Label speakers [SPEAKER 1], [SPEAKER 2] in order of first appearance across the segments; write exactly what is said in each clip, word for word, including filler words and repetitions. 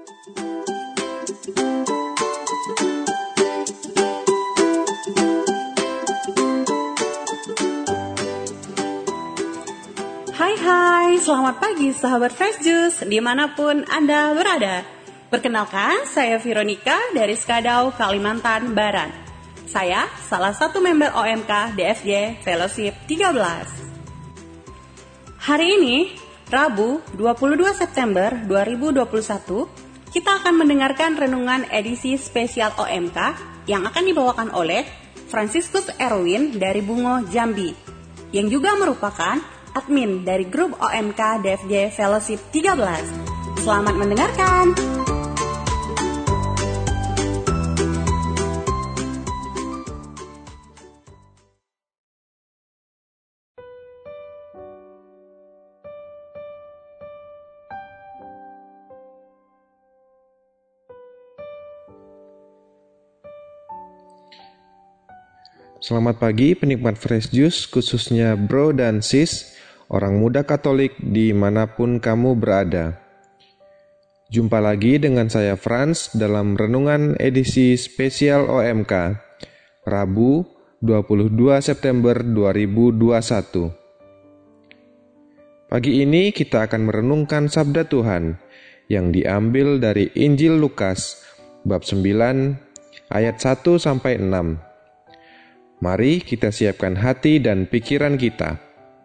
[SPEAKER 1] Hai hai, selamat pagi sahabat Fresh Juice dimanapun Anda berada. Perkenalkan, saya Veronica dari Skadau, Kalimantan Barat. Saya salah satu member O M K D F J Fellowship tiga belas. Hari ini, Rabu dua puluh dua September dua ribu dua puluh satu, kita akan mendengarkan renungan edisi spesial O M K yang akan dibawakan oleh Franciscus Erwin dari Bungo, Jambi, yang juga merupakan admin dari grup O M K D F J Fellowship tiga belas. Selamat mendengarkan.
[SPEAKER 2] Selamat pagi penikmat Fresh Juice, khususnya bro dan sis, orang muda Katolik dimanapun kamu berada. Jumpa lagi dengan saya Franz dalam renungan edisi spesial O M K, Rabu dua puluh dua September dua ribu dua puluh satu. Pagi ini kita akan merenungkan sabda Tuhan yang diambil dari Injil Lukas, bab sembilan, ayat satu sampai enam. Mari kita siapkan hati dan pikiran kita.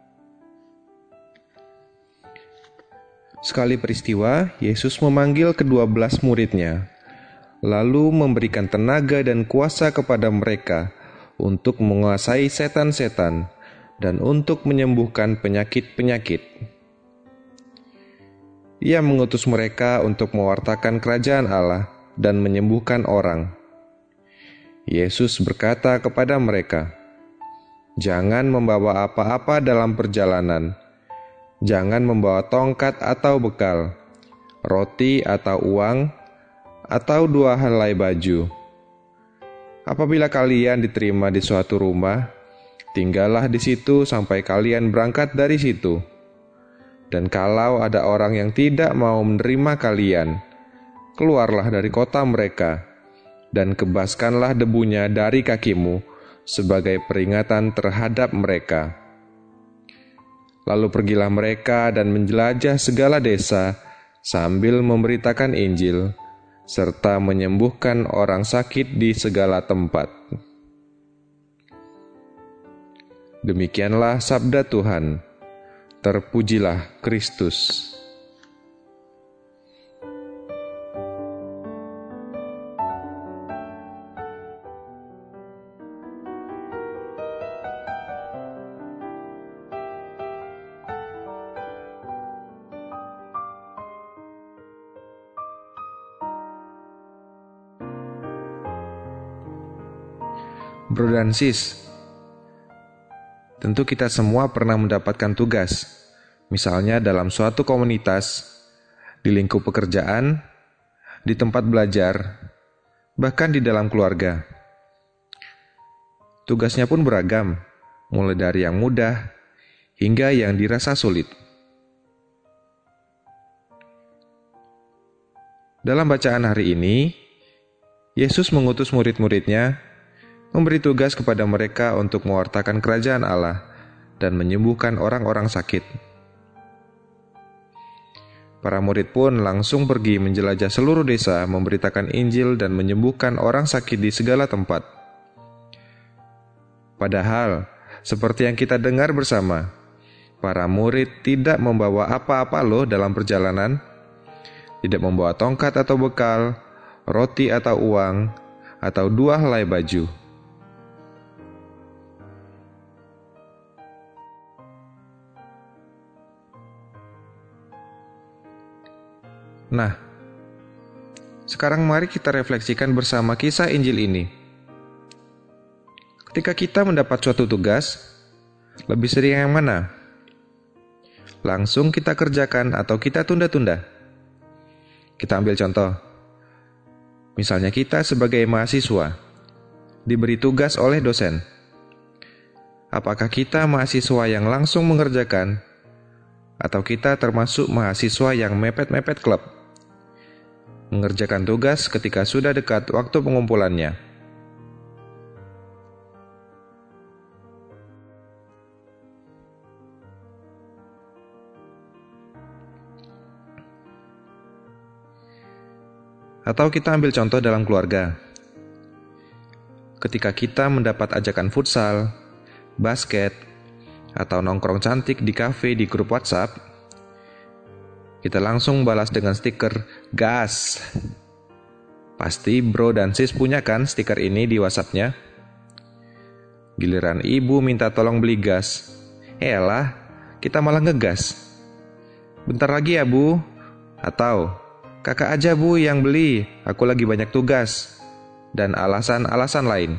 [SPEAKER 2] Sekali peristiwa, Yesus memanggil kedua belas muridnya, lalu memberikan tenaga dan kuasa kepada mereka untuk menguasai setan-setan dan untuk menyembuhkan penyakit-penyakit. Ia mengutus mereka untuk mewartakan kerajaan Allah dan menyembuhkan orang. Yesus berkata kepada mereka, "Jangan membawa apa-apa dalam perjalanan. Jangan membawa tongkat atau bekal, roti atau uang, atau dua helai baju. Apabila kalian diterima di suatu rumah, tinggallah di situ sampai kalian berangkat dari situ. Dan kalau ada orang yang tidak mau menerima kalian, keluarlah dari kota mereka, dan kebaskanlah debunya dari kakimu sebagai peringatan terhadap mereka." Lalu pergilah mereka dan menjelajah segala desa sambil memberitakan Injil, serta menyembuhkan orang sakit di segala tempat. Demikianlah sabda Tuhan. Terpujilah Kristus. Bro dan sis, tentu kita semua pernah mendapatkan tugas, misalnya dalam suatu komunitas, di lingkup pekerjaan, di tempat belajar, bahkan di dalam keluarga. Tugasnya pun beragam, mulai dari yang mudah hingga yang dirasa sulit. Dalam bacaan hari ini, Yesus mengutus murid-muridnya memberi tugas kepada mereka untuk mewartakan kerajaan Allah dan menyembuhkan orang-orang sakit. Para murid pun langsung pergi menjelajah seluruh desa, memberitakan Injil dan menyembuhkan orang sakit di segala tempat. Padahal, seperti yang kita dengar bersama, para murid tidak membawa apa-apa loh dalam perjalanan, tidak membawa tongkat atau bekal, roti atau uang, atau dua helai baju. Nah, sekarang mari kita refleksikan bersama kisah Injil ini. Ketika kita mendapat suatu tugas, lebih sering yang mana? Langsung kita kerjakan atau kita tunda-tunda? Kita ambil contoh. Misalnya kita sebagai mahasiswa, diberi tugas oleh dosen. Apakah kita mahasiswa yang langsung mengerjakan, atau kita termasuk mahasiswa yang mepet-mepet klub? mengerjakan tugas ketika sudah dekat waktu pengumpulannya. Atau kita ambil contoh dalam keluarga. Ketika kita mendapat ajakan futsal, basket, atau nongkrong cantik di kafe di grup WhatsApp, kita langsung balas dengan stiker gas. Pasti bro dan sis punya kan stiker ini di WhatsApp-nya? Giliran ibu minta tolong beli gas, elah, kita malah ngegas. Bentar lagi ya bu, atau kakak aja bu yang beli, aku lagi banyak tugas, dan alasan-alasan lain.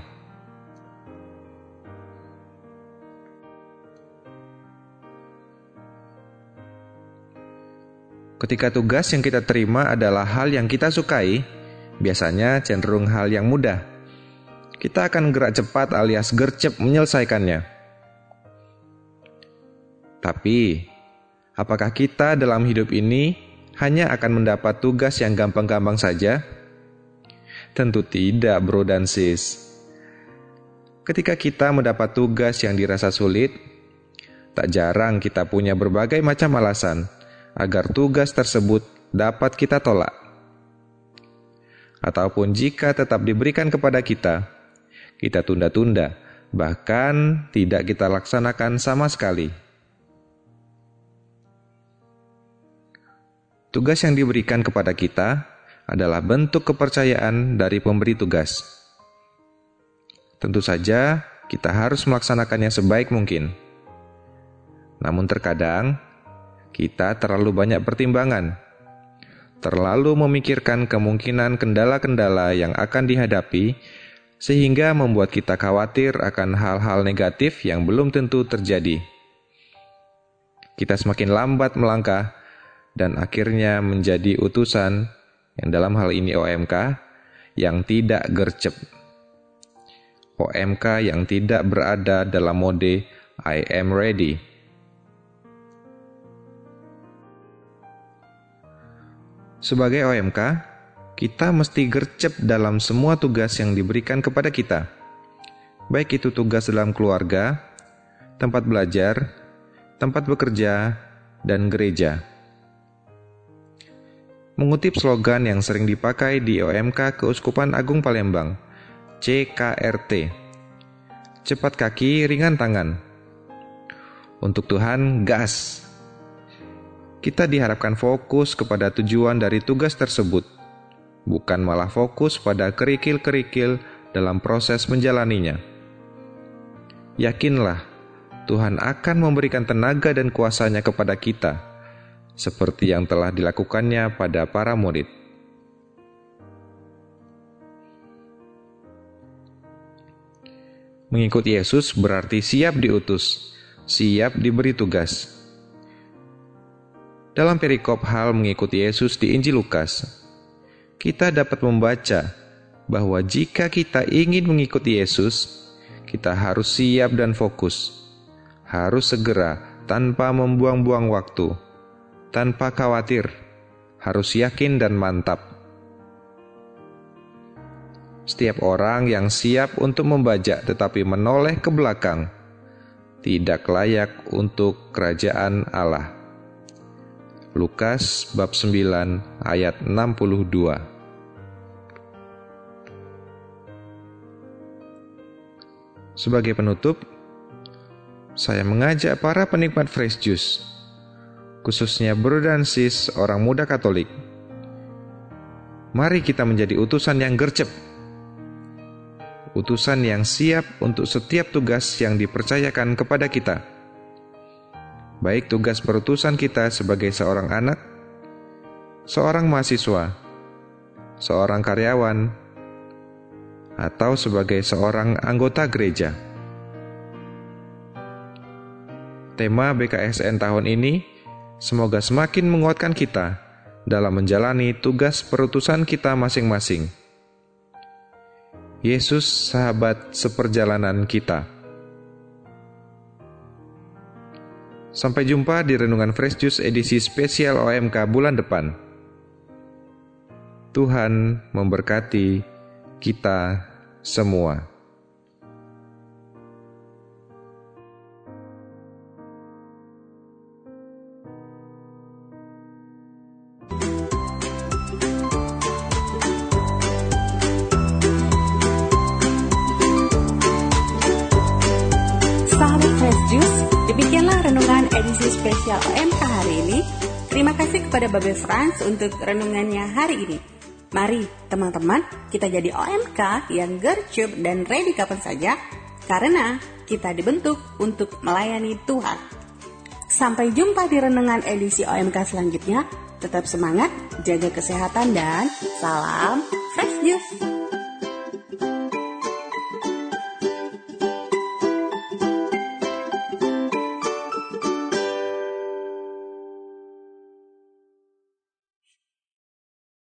[SPEAKER 2] Ketika tugas yang kita terima adalah hal yang kita sukai, biasanya cenderung hal yang mudah. Kita akan gerak cepat alias gercep menyelesaikannya. Tapi, apakah kita dalam hidup ini hanya akan mendapat tugas yang gampang-gampang saja? Tentu tidak, bro dan sis. Ketika kita mendapat tugas yang dirasa sulit, tak jarang kita punya berbagai macam alasan agar tugas tersebut dapat kita tolak. Ataupun jika tetap diberikan kepada kita, kita tunda-tunda, bahkan tidak kita laksanakan sama sekali. Tugas yang diberikan kepada kita adalah bentuk kepercayaan dari pemberi tugas. Tentu saja, kita harus melaksanakannya sebaik mungkin. Namun terkadang, kita terlalu banyak pertimbangan, terlalu memikirkan kemungkinan kendala-kendala yang akan dihadapi, sehingga membuat kita khawatir akan hal-hal negatif yang belum tentu terjadi. Kita semakin lambat melangkah, dan akhirnya menjadi utusan, yang dalam hal ini O M K, yang tidak gercep. O M K yang tidak berada dalam mode I am ready. Sebagai O M K, kita mesti gercep dalam semua tugas yang diberikan kepada kita. Baik itu tugas dalam keluarga, tempat belajar, tempat bekerja, dan gereja. Mengutip slogan yang sering dipakai di O M K Keuskupan Agung Palembang, C K R T, cepat kaki, ringan tangan. Untuk Tuhan, gas. Kita diharapkan fokus kepada tujuan dari tugas tersebut, bukan malah fokus pada kerikil-kerikil dalam proses menjalaninya. Yakinlah, Tuhan akan memberikan tenaga dan kuasa-Nya kepada kita, seperti yang telah dilakukannya pada para murid. Mengikuti Yesus berarti siap diutus, siap diberi tugas. Dalam perikop hal mengikuti Yesus di Injil Lukas, kita dapat membaca bahwa jika kita ingin mengikuti Yesus, kita harus siap dan fokus, harus segera tanpa membuang-buang waktu, tanpa khawatir, harus yakin dan mantap. Setiap orang yang siap untuk membajak tetapi menoleh ke belakang, tidak layak untuk kerajaan Allah. Lukas bab sembilan ayat enam puluh dua. Sebagai penutup, saya mengajak para penikmat fresh juice, khususnya bro dan sis orang muda Katolik. Mari kita menjadi utusan yang gercep, utusan yang siap untuk setiap tugas yang dipercayakan kepada kita. Baik tugas perutusan kita sebagai seorang anak, seorang mahasiswa, seorang karyawan, atau sebagai seorang anggota gereja. Tema B K S N tahun ini semoga semakin menguatkan kita dalam menjalani tugas perutusan kita masing-masing. Yesus, sahabat seperjalanan kita. Sampai jumpa di Renungan Fresh Juice edisi spesial O M K bulan depan. Tuhan memberkati kita semua.
[SPEAKER 1] Sahabat Fresh Juice, demikianlah renungan edisi spesial O M K hari ini. Terima kasih kepada Babe Frans untuk renungannya hari ini. Mari teman-teman, kita jadi O M K yang gercep dan ready kapan saja, karena kita dibentuk untuk melayani Tuhan. Sampai jumpa di renungan edisi O M K selanjutnya. Tetap semangat, jaga kesehatan, dan salam Fresh Juice.